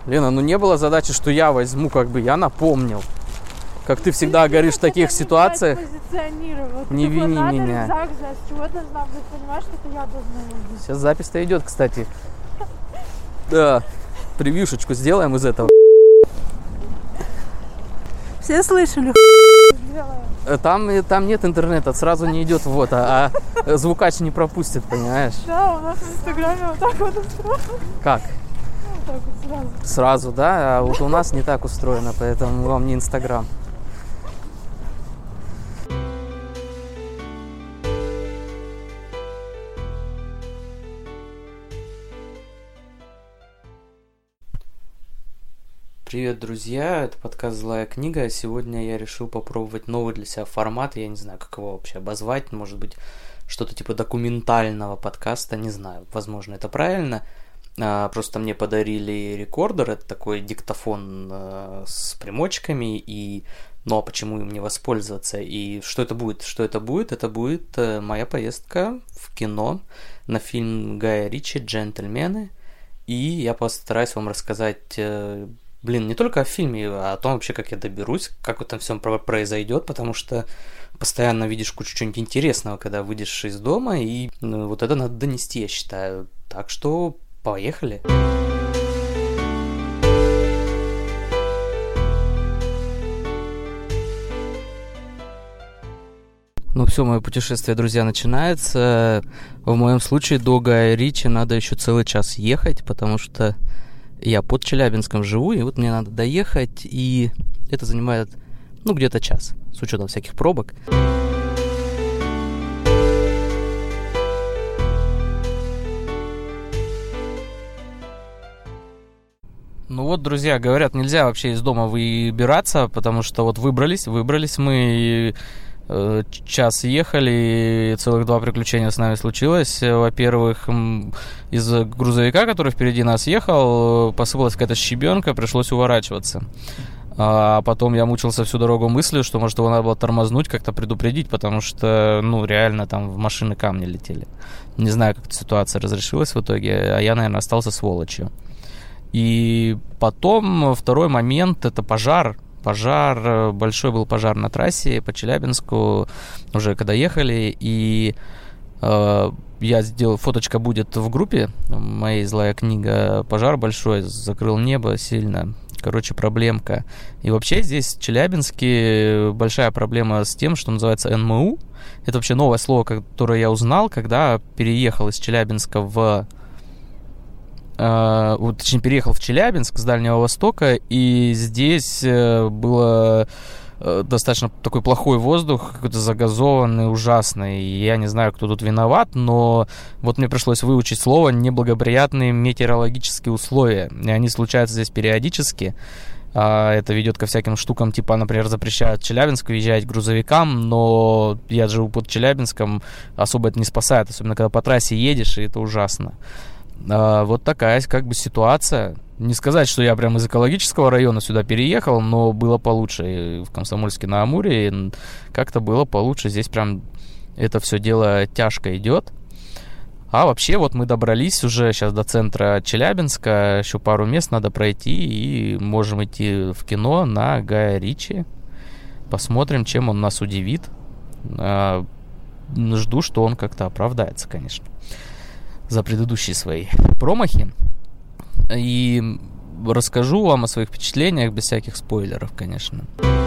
Лена, ну не было задачи, что я возьму, как бы я напомнил. Как ты всегда говоришь в таких ситуациях. Не вини меня. Рюкзак, с чего должна быть? Понимаешь, что это я должна быть? Сейчас запись-то идет, кстати. Да. Превьюшечку сделаем из этого. Все слышали? Там нет интернета, сразу не идет вот, а звукач не пропустит, понимаешь? Да, у нас в Инстаграме вот так вот устроено. Как? Вот так вот сразу. Сразу, да? А вот у нас не так устроено, поэтому вам не Инстаграм. Привет, друзья! Это подкаст «Злая книга». Сегодня я решил попробовать новый для себя формат. Я не знаю, как его вообще обозвать. Может быть, что-то типа документального подкаста. Не знаю, возможно, это правильно. Просто мне подарили рекордер. Это такой диктофон с примочками. Ну а почему им не воспользоваться? И что это будет? Что это будет? Это будет моя поездка в кино на фильм Гая Ричи «Джентльмены». И я постараюсь вам рассказать... не только о фильме, а о том вообще, как я доберусь, как вот там все произойдет, потому что постоянно видишь кучу чего-нибудь интересного, когда выйдешь из дома, и вот это надо донести, я считаю. Так что поехали. Ну все, мое путешествие, друзья, начинается. В моем случае до Гая Ричи надо еще целый час ехать, потому что я под Челябинском живу, и вот мне надо доехать, и это занимает, где-то час, с учетом всяких пробок. Ну вот, друзья, говорят, нельзя вообще из дома выбираться, потому что вот выбрались мы, час ехали, и целых 2 приключения с нами случилось. Во-первых, из грузовика, который впереди нас ехал, посыпалась какая-то щебенка, пришлось уворачиваться. А потом я мучился всю дорогу мыслью, что, может, его надо было тормознуть, как-то предупредить, потому что, реально там в машины камни летели. Не знаю, как эта ситуация разрешилась в итоге, а я, наверное, остался сволочью. И потом второй момент – это пожар. Большой был пожар на трассе по Челябинску, уже когда ехали, и я сделал, фоточка будет в группе моей «Злая книга», пожар большой, закрыл небо сильно, проблемка. И вообще здесь в Челябинске большая проблема с тем, что называется НМУ. Это вообще новое слово, которое я узнал, когда переехал из Челябинска переехал в Челябинск с Дальнего Востока, и здесь было достаточно такой плохой воздух, какой-то загазованный, ужасный. И я не знаю, кто тут виноват, но вот мне пришлось выучить слово «неблагоприятные метеорологические условия». И они случаются здесь периодически. Это ведет ко всяким штукам, типа, например, запрещают в Челябинск въезжать грузовикам, но я живу под Челябинском, особо это не спасает, особенно когда по трассе едешь, и это ужасно. Вот такая ситуация. Не сказать, что я прям из экологического района сюда переехал, но было получше. И в Комсомольске-на-Амуре как-то было получше. Здесь прям это все дело тяжко идет. А вообще вот мы добрались уже сейчас до центра Челябинска. Еще пару мест надо пройти, и можем идти в кино на Гая Ричи. Посмотрим, чем он нас удивит. Жду, что он как-то оправдается, конечно, за предыдущие свои промахи. И расскажу вам о своих впечатлениях без всяких спойлеров, конечно.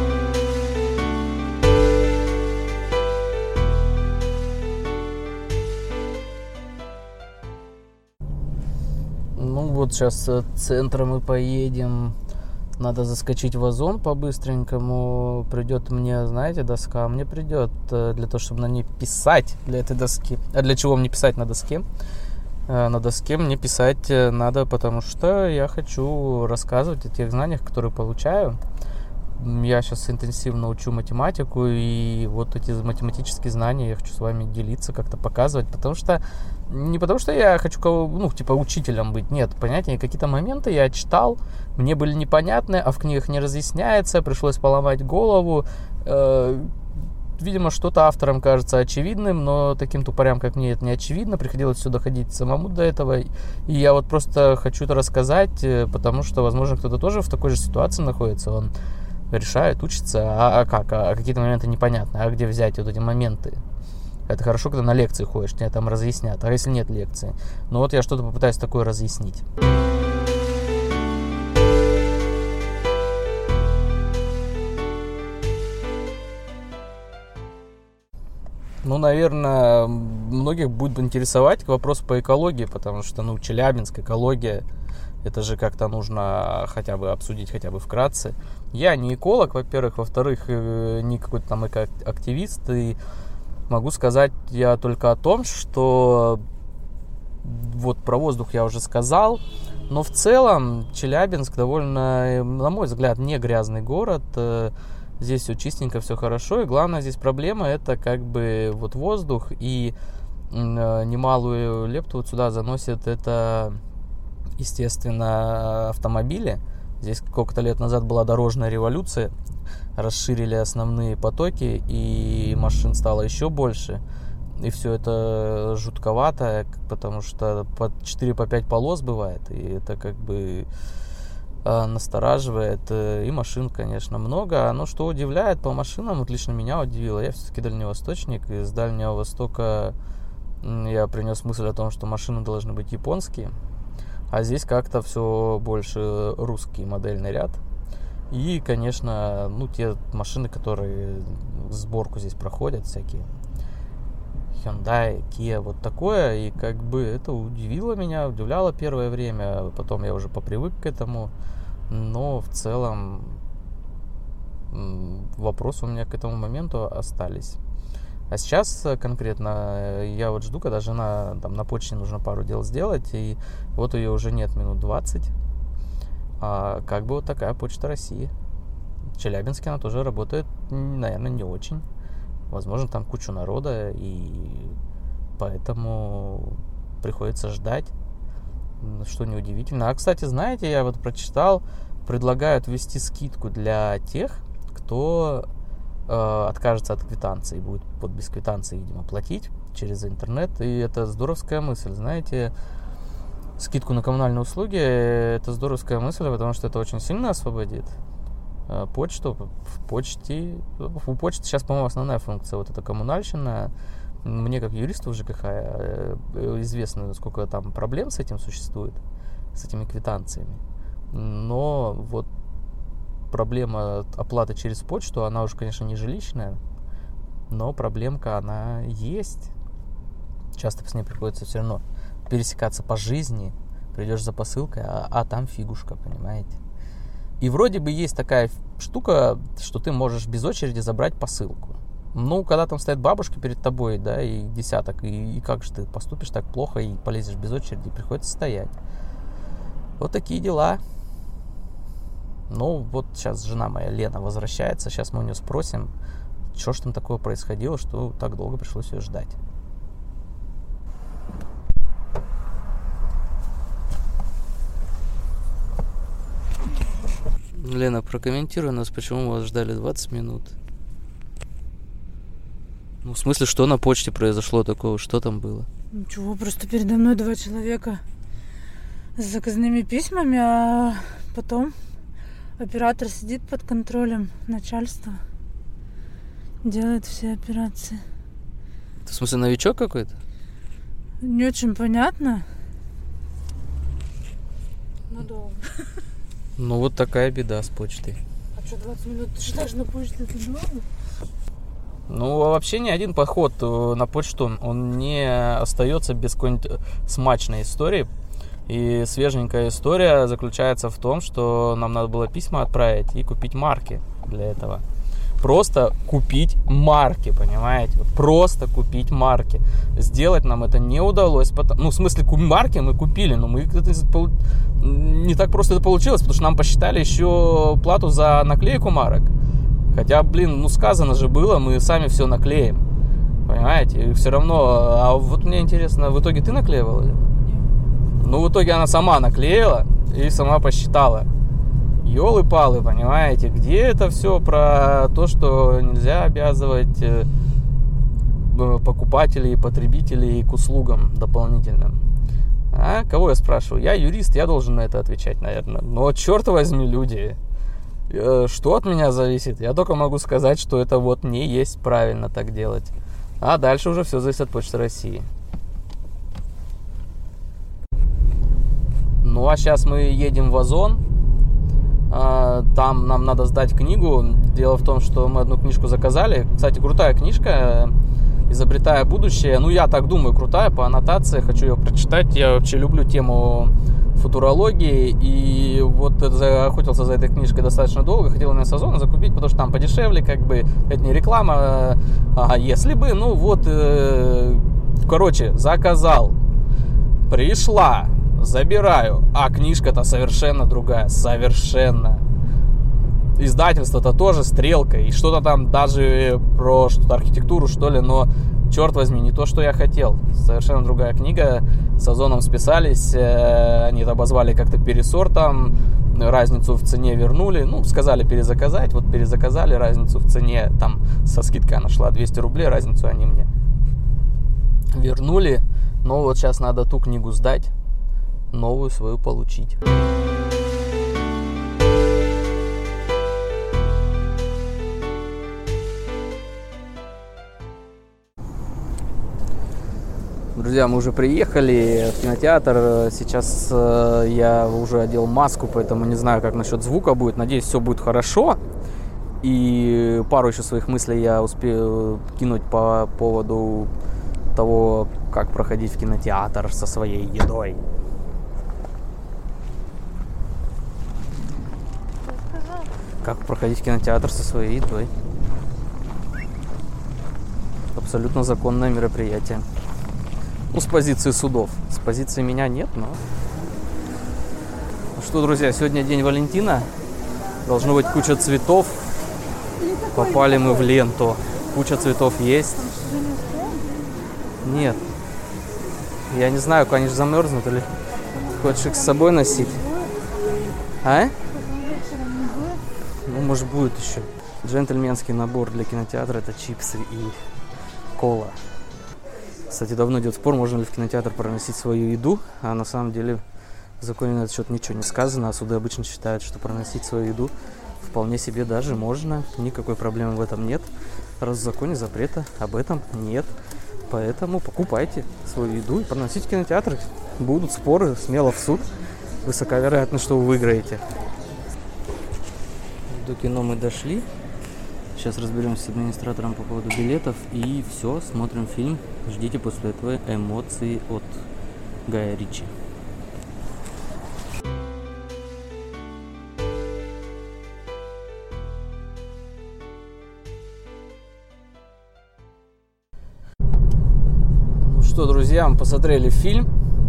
Вот сейчас от центра мы поедем. Надо заскочить в Озон по-быстренькому. Придет мне, знаете, доска. Мне придет для того, чтобы на ней писать для этой доски. А для чего мне писать на доске? На доске мне писать надо, потому что я хочу рассказывать о тех знаниях, которые получаю. Я сейчас интенсивно учу математику, и вот эти математические знания я хочу с вами делиться, как-то показывать, не потому что я хочу учителем быть, нет, понятия, какие-то моменты я читал, мне были непонятны, а в книгах не разъясняется, пришлось поломать голову, видимо, что-то авторам кажется очевидным, но таким тупорям, как мне, это не очевидно. Приходилось все доходить самому до этого. И я вот просто хочу это рассказать, потому что, возможно, кто-то тоже в такой же ситуации находится. Он решает, учится, а как? А какие-то моменты непонятны. А где взять вот эти моменты? Это хорошо, когда на лекции ходишь, тебе там разъяснят. А если нет лекции? Ну вот я что-то попытаюсь такое разъяснить. Ну, наверное, многих будет интересовать вопрос по экологии, потому что, Челябинск, экология, это же как-то нужно хотя бы обсудить, хотя бы вкратце. Я не эколог, во-первых, во-вторых, не какой-то там экоактивист, и могу сказать я только о том, что вот про воздух я уже сказал, но в целом Челябинск довольно, на мой взгляд, не грязный город. Здесь все чистенько, все хорошо, и главная здесь проблема это как бы вот воздух, и немалую лепту вот сюда заносит это, естественно, автомобили. Здесь сколько-то лет назад была дорожная революция, расширили основные потоки, и машин стало еще больше, и все это жутковато, потому что по 4-5 полос бывает, и это как бы настораживает, и машин, конечно, много. Но что удивляет по машинам, вот лично меня удивило, я все-таки дальневосточник, из Дальнего Востока я принес мысль о том, что машины должны быть японские, а здесь как-то все больше русский модельный ряд. И, конечно, те машины, которые сборку здесь проходят, всякие Hyundai, Kia, вот такое, и как бы это удивляло первое время, потом я уже попривык к этому, но в целом вопросы у меня к этому моменту остались. А сейчас конкретно я вот жду, когда жена там на почте нужно пару дел сделать, и вот ее уже нет минут 20, а как бы вот такая Почта России. В Челябинске она тоже работает, наверное, не очень. Возможно, там кучу народа, и поэтому приходится ждать, что неудивительно. А, кстати, знаете, я вот прочитал, предлагают ввести скидку для тех, кто откажется от квитанции, будет вот без квитанции, видимо, платить через интернет, и это здоровская мысль, знаете, скидку на коммунальные услуги, это здоровская мысль, потому что это очень сильно освободит почту. У почты сейчас, по-моему, основная функция вот эта коммунальщина. Мне как юристу в ЖКХ известно, сколько там проблем с этим существует, с этими квитанциями. Но вот проблема оплаты через почту, она уже, конечно, не жилищная, но проблемка она есть. Часто с ней приходится все равно пересекаться по жизни. Придешь за посылкой, а там фигушка, понимаете. И вроде бы есть такая штука, что ты можешь без очереди забрать посылку. Когда там стоят бабушки перед тобой, да, и десяток, и как же ты поступишь так плохо и полезешь без очереди, приходится стоять. Вот такие дела. Вот сейчас жена моя, Лена, возвращается, сейчас мы у нее спросим, что ж там такое происходило, что так долго пришлось ее ждать. Лена, прокомментируй нас, почему вас ждали 20 минут. В смысле, что на почте произошло такого? Что там было? Ничего, просто передо мной 2 человека с заказными письмами, а потом оператор сидит под контролем начальства, делает все операции. Ты, в смысле, новичок какой-то? Не очень понятно. Долго. Вот такая беда с почтой. А что, 20 минут ты ждешь на почте, это долго? Вообще ни один поход на почту, он не остается без какой-нибудь смачной истории. И свеженькая история заключается в том, что нам надо было письма отправить и купить марки для этого. Просто купить марки, понимаете? Просто купить марки. Сделать нам это не удалось. В смысле, марки мы купили, но не так просто это получилось, потому что нам посчитали еще плату за наклейку марок. Хотя, сказано же было, мы сами все наклеим. Понимаете? И все равно... А вот мне интересно, в итоге ты наклеивала? Нет. В итоге она сама наклеила и сама посчитала. Ёлы-палы, понимаете, где это все про то, что нельзя обязывать покупателей и потребителей к услугам дополнительным? А? Кого я спрашиваю? Я юрист, я должен на это отвечать, наверное. Но, черт возьми, люди, что от меня зависит? Я только могу сказать, что это вот не есть правильно так делать. А дальше уже все зависит от Почты России. Ну, а сейчас мы едем в Озон. Там нам надо сдать книгу. Дело в том, что мы одну книжку заказали. Кстати, крутая книжка, «Изобретая будущее». Ну, я так думаю, крутая, по аннотации. Хочу ее прочитать. Я вообще люблю тему футурологии. И вот охотился за этой книжкой достаточно долго. Хотел ее с Озона закупить, потому что там подешевле, как бы. Это не реклама. А если бы, ну вот, короче, заказал. Пришла. Забираю. А книжка-то совершенно другая. Совершенно. Издательство-то тоже «Стрелка». И что-то там даже про что-то архитектуру, что ли. Но, черт возьми, не то, что я хотел. Совершенно другая книга. С Озоном списались. Они это обозвали как-то пересортом. Разницу в цене вернули. Ну, сказали перезаказать. Вот перезаказали. Разницу в цене. Там со скидкой она шла 200 рублей. Разницу они мне вернули. Но вот сейчас надо ту книгу сдать. Новую свою получить. Друзья, мы уже приехали в кинотеатр. Сейчас я уже одел маску, поэтому не знаю, как насчет звука будет. Надеюсь, все будет хорошо. И пару еще своих мыслей я успею кинуть по поводу того, как проходить в кинотеатр со своей едой. Как проходить в кинотеатр со своей едой. Абсолютно законное мероприятие. Ну, с позиции судов. С позиции меня нет, но... Ну что, друзья, сегодня день Валентина. Должно быть куча цветов. Попали мы в ленту. Куча цветов есть. Нет. Я не знаю, они же замерзнут или... Хочешь их с собой носить? А? Ну, может, будет еще. Джентльменский набор для кинотеатра — это чипсы и кола. Кстати, давно идет спор, можно ли в кинотеатр проносить свою еду, а на самом деле в законе на этот счет ничего не сказано, а суды обычно считают, что проносить свою еду вполне себе даже можно, никакой проблемы в этом нет, раз в законе запрета об этом нет. Поэтому покупайте свою еду и проносите в кинотеатр. Будут споры, смело в суд. Высока вероятность, что вы выиграете. До кино мы дошли. Сейчас разберемся с администратором по поводу билетов. И все, смотрим фильм. Ждите после этого эмоции от Гая Ричи. Ну что, друзья, мы посмотрели фильм.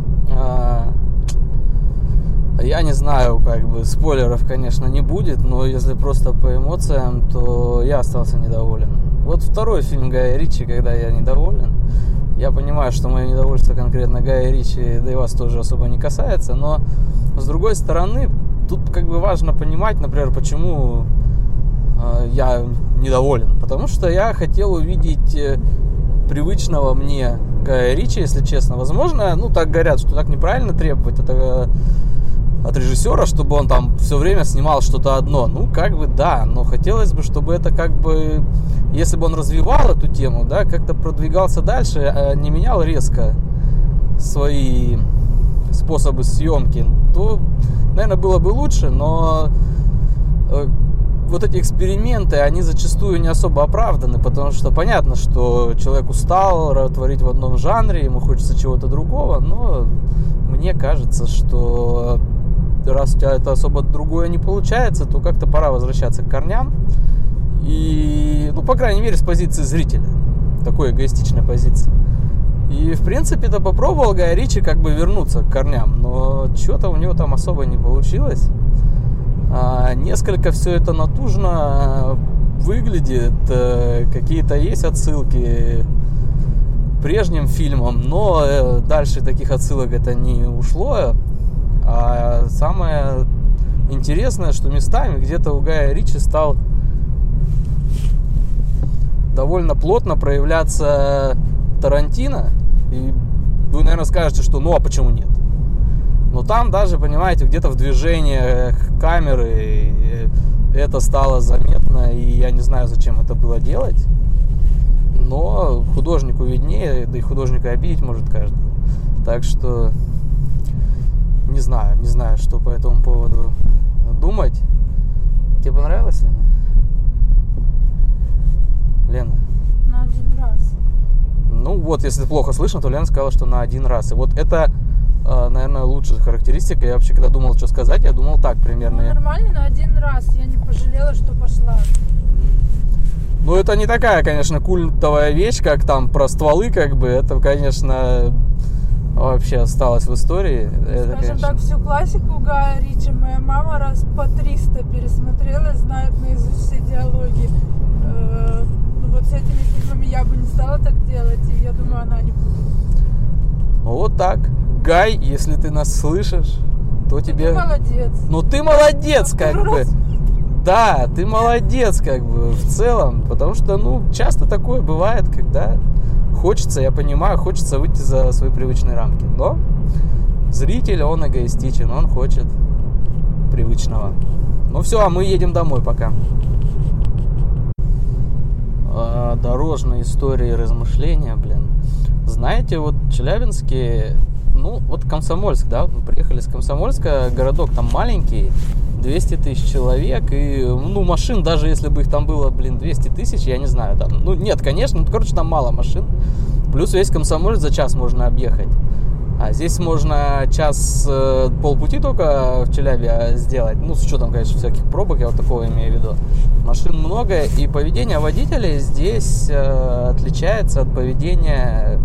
Я не знаю, как бы спойлеров, конечно, не будет, но если просто по эмоциям, то я остался недоволен. Вот второй фильм Гая Ричи, когда я недоволен. Я понимаю, что мое недовольство конкретно Гая Ричи, да и вас тоже особо не касается, но с другой стороны, тут как бы важно понимать, например, почему я недоволен. Потому что я хотел увидеть привычного мне Гая Ричи, если честно. Возможно, ну так говорят, что так неправильно требовать от режиссера, чтобы он там все время снимал что-то одно. Ну, как бы да, но хотелось бы, чтобы это как бы, если бы он развивал эту тему, да, как-то продвигался дальше, а не менял резко свои способы съемки, то, наверное, было бы лучше, но вот эти эксперименты, они зачастую не особо оправданы, потому что понятно, что человек устал творить в одном жанре, ему хочется чего-то другого, но мне кажется, что раз у тебя это особо другое не получается, то как-то пора возвращаться к корням. И, ну, по крайней мере, с позиции зрителя. Такой эгоистичной позиции. И, в принципе-то, попробовал Гай Ричи как бы вернуться к корням. Но что-то у него там особо не получилось. Несколько все это натужно выглядит. Какие-то есть отсылки к прежним фильмам. Но дальше таких отсылок это не ушло. А самое интересное, что местами где-то у Гая Ричи стал довольно плотно проявляться Тарантино. И вы, наверное, скажете, что ну а почему нет? Но там даже, понимаете, где-то в движениях камеры это стало заметно, и я не знаю, зачем это было делать. Но художнику виднее, да и художника обидеть может каждый. Так что не знаю, что по этому поводу думать. Тебе понравилось, Лена? Лена? На один раз. Ну вот, если плохо слышно, то Лена сказала, что на один раз. И вот это, наверное, лучшая характеристика. Я вообще, когда думал, что сказать, я думал так примерно. Ну, нормально на один раз. Я не пожалела, что пошла. Ну, это не такая, конечно, культовая вещь, как там про стволы, как бы. Это, конечно, вообще осталось в истории. Это, Скажем конечно... так, всю классику Гая Ричи моя мама раз по 300 пересмотрела, знает наизусть все диалоги. Ну, вот с этими фильмами я бы не стала так делать, и я думаю, она не будет. Ну, вот так. Гай, если ты нас слышишь, то тебе... Ты молодец. Ну, ты молодец, как бы. Раз. Да, ты молодец, как бы, в целом. Потому что, ну, часто такое бывает, когда хочется, я понимаю, хочется выйти за свои привычные рамки. Но зритель, он эгоистичен, он хочет привычного. Ну все, а мы едем домой пока. Дорожные истории и размышления, блин. Знаете, вот в Челябинске, ну, вот Комсомольск, да, мы приехали с Комсомольска, городок там маленький, 200 тысяч человек, и, ну, машин, даже если бы их там было, блин, 200 тысяч, я не знаю, там, ну, нет, конечно, ну, короче, там мало машин, плюс весь Комсомольск за час можно объехать, а здесь можно час, полпути только в Челябе сделать, ну, с учетом, конечно, всяких пробок, я вот такого имею в виду, машин много, и поведение водителей здесь отличается от поведения...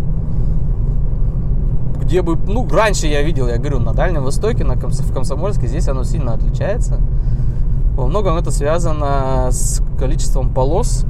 Где бы, ну, раньше я видел, я говорю, на Дальнем Востоке, в Комсомольске, здесь оно сильно отличается. Во многом это связано с количеством полос.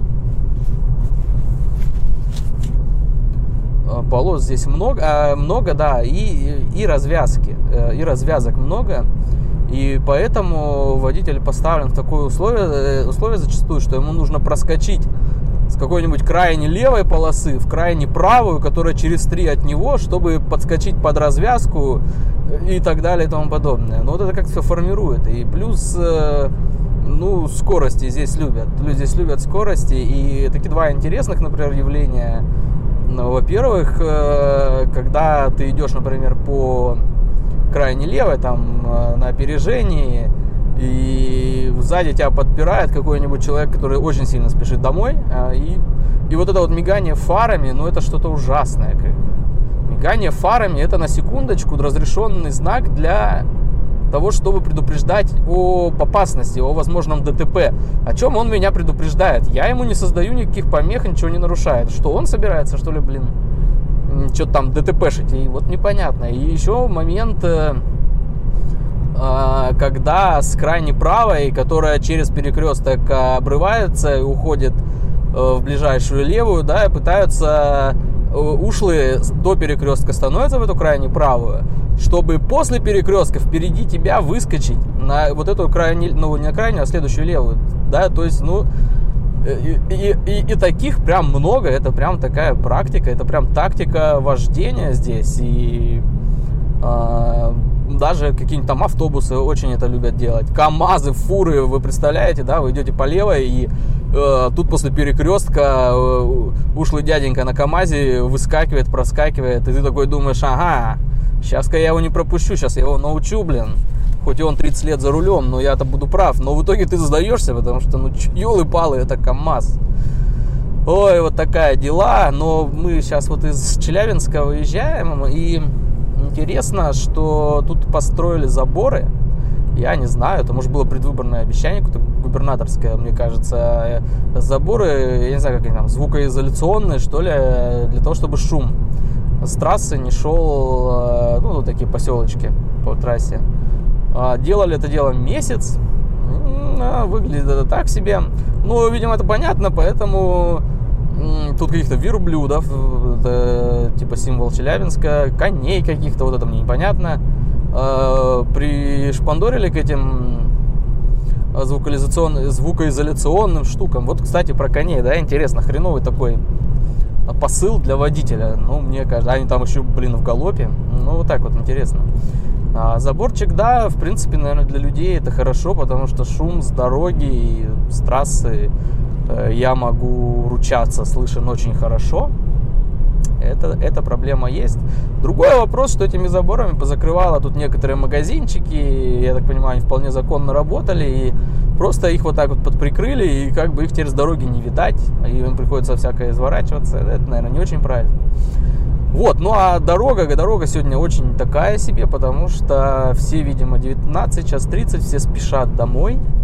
Полос здесь много, да, и развязки, и развязок много. И поэтому водитель поставлен в такое условие зачастую, что ему нужно проскочить с какой-нибудь крайне левой полосы в крайне правую, которая через 3 от него, чтобы подскочить под развязку и так далее и тому подобное. Но вот это как-то все формирует. И плюс, ну, скорости здесь любят. Люди здесь любят скорости. И такие два интересных, например, явления. Ну, во-первых, когда ты идешь, например, по крайне левой, там, на опережении, и сзади тебя подпирает какой-нибудь человек, который очень сильно спешит домой, и вот это вот мигание фарами, ну, это что-то ужасное. Мигание фарами — это, на секундочку, разрешенный знак для того, чтобы предупреждать об опасности, о возможном ДТП. О чем он меня предупреждает? Я ему не создаю никаких помех, ничего не нарушает. Что он собирается, что ли, блин, что-то там ДТПшить? И вот непонятно. И еще момент... когда с крайне правой, которая через перекресток обрывается и уходит в ближайшую левую, да, пытаются ушлые до перекрестка становятся в эту крайне правую, чтобы после перекрестка впереди тебя выскочить на вот эту крайнюю, ну, не на крайнюю, а следующую левую, да, то есть, ну, и таких прям много, это прям такая практика, это прям тактика вождения здесь, и даже какие-нибудь там автобусы очень это любят делать. КамАЗы, фуры, вы представляете, да, вы идете по левой, и тут после перекрестка ушлый дяденька на КамАЗе выскакивает, проскакивает, и ты такой думаешь, ага, сейчас-ка я его не пропущу, сейчас я его научу, блин. Хоть и он 30 лет за рулем, но я-то буду прав. Но в итоге ты сдаешься, потому что, ну, ёлы-палы, это КамАЗ. Ой, вот такая дела. Но мы сейчас вот из Челябинска выезжаем, и интересно, что тут построили заборы. Я не знаю, это, может, было предвыборное обещание, какое-то губернаторское, мне кажется. Заборы, я не знаю, как они там, звукоизоляционные, что ли, для того, чтобы шум с трассы не шел, ну, такие поселочки по трассе. Делали это дело месяц, выглядит это так себе. Ну, видимо, это понятно, поэтому тут каких-то верблюдов, это типа символ Челябинска, коней каких-то, вот это мне непонятно. Пришпандорили к этим звукоизоляционным штукам. Вот, кстати, про коней, да, интересно, хреновый такой посыл для водителя. Ну, мне кажется, они там еще, в галопе. Ну, вот так вот, интересно. А заборчик, да, в принципе, наверное, для людей это хорошо, потому что шум с дороги и с трассы, я могу ручаться, слышен очень хорошо. Эта проблема есть. Другой вопрос, что этими заборами позакрывало тут некоторые магазинчики, я так понимаю, они вполне законно работали, и просто их вот так вот подприкрыли, и как бы их теперь с дороги не видать, и им приходится всякое изворачиваться. Это, наверное, не очень правильно. Вот, ну а дорога сегодня очень такая себе, потому что все, видимо, 19, час 30, все спешат домой.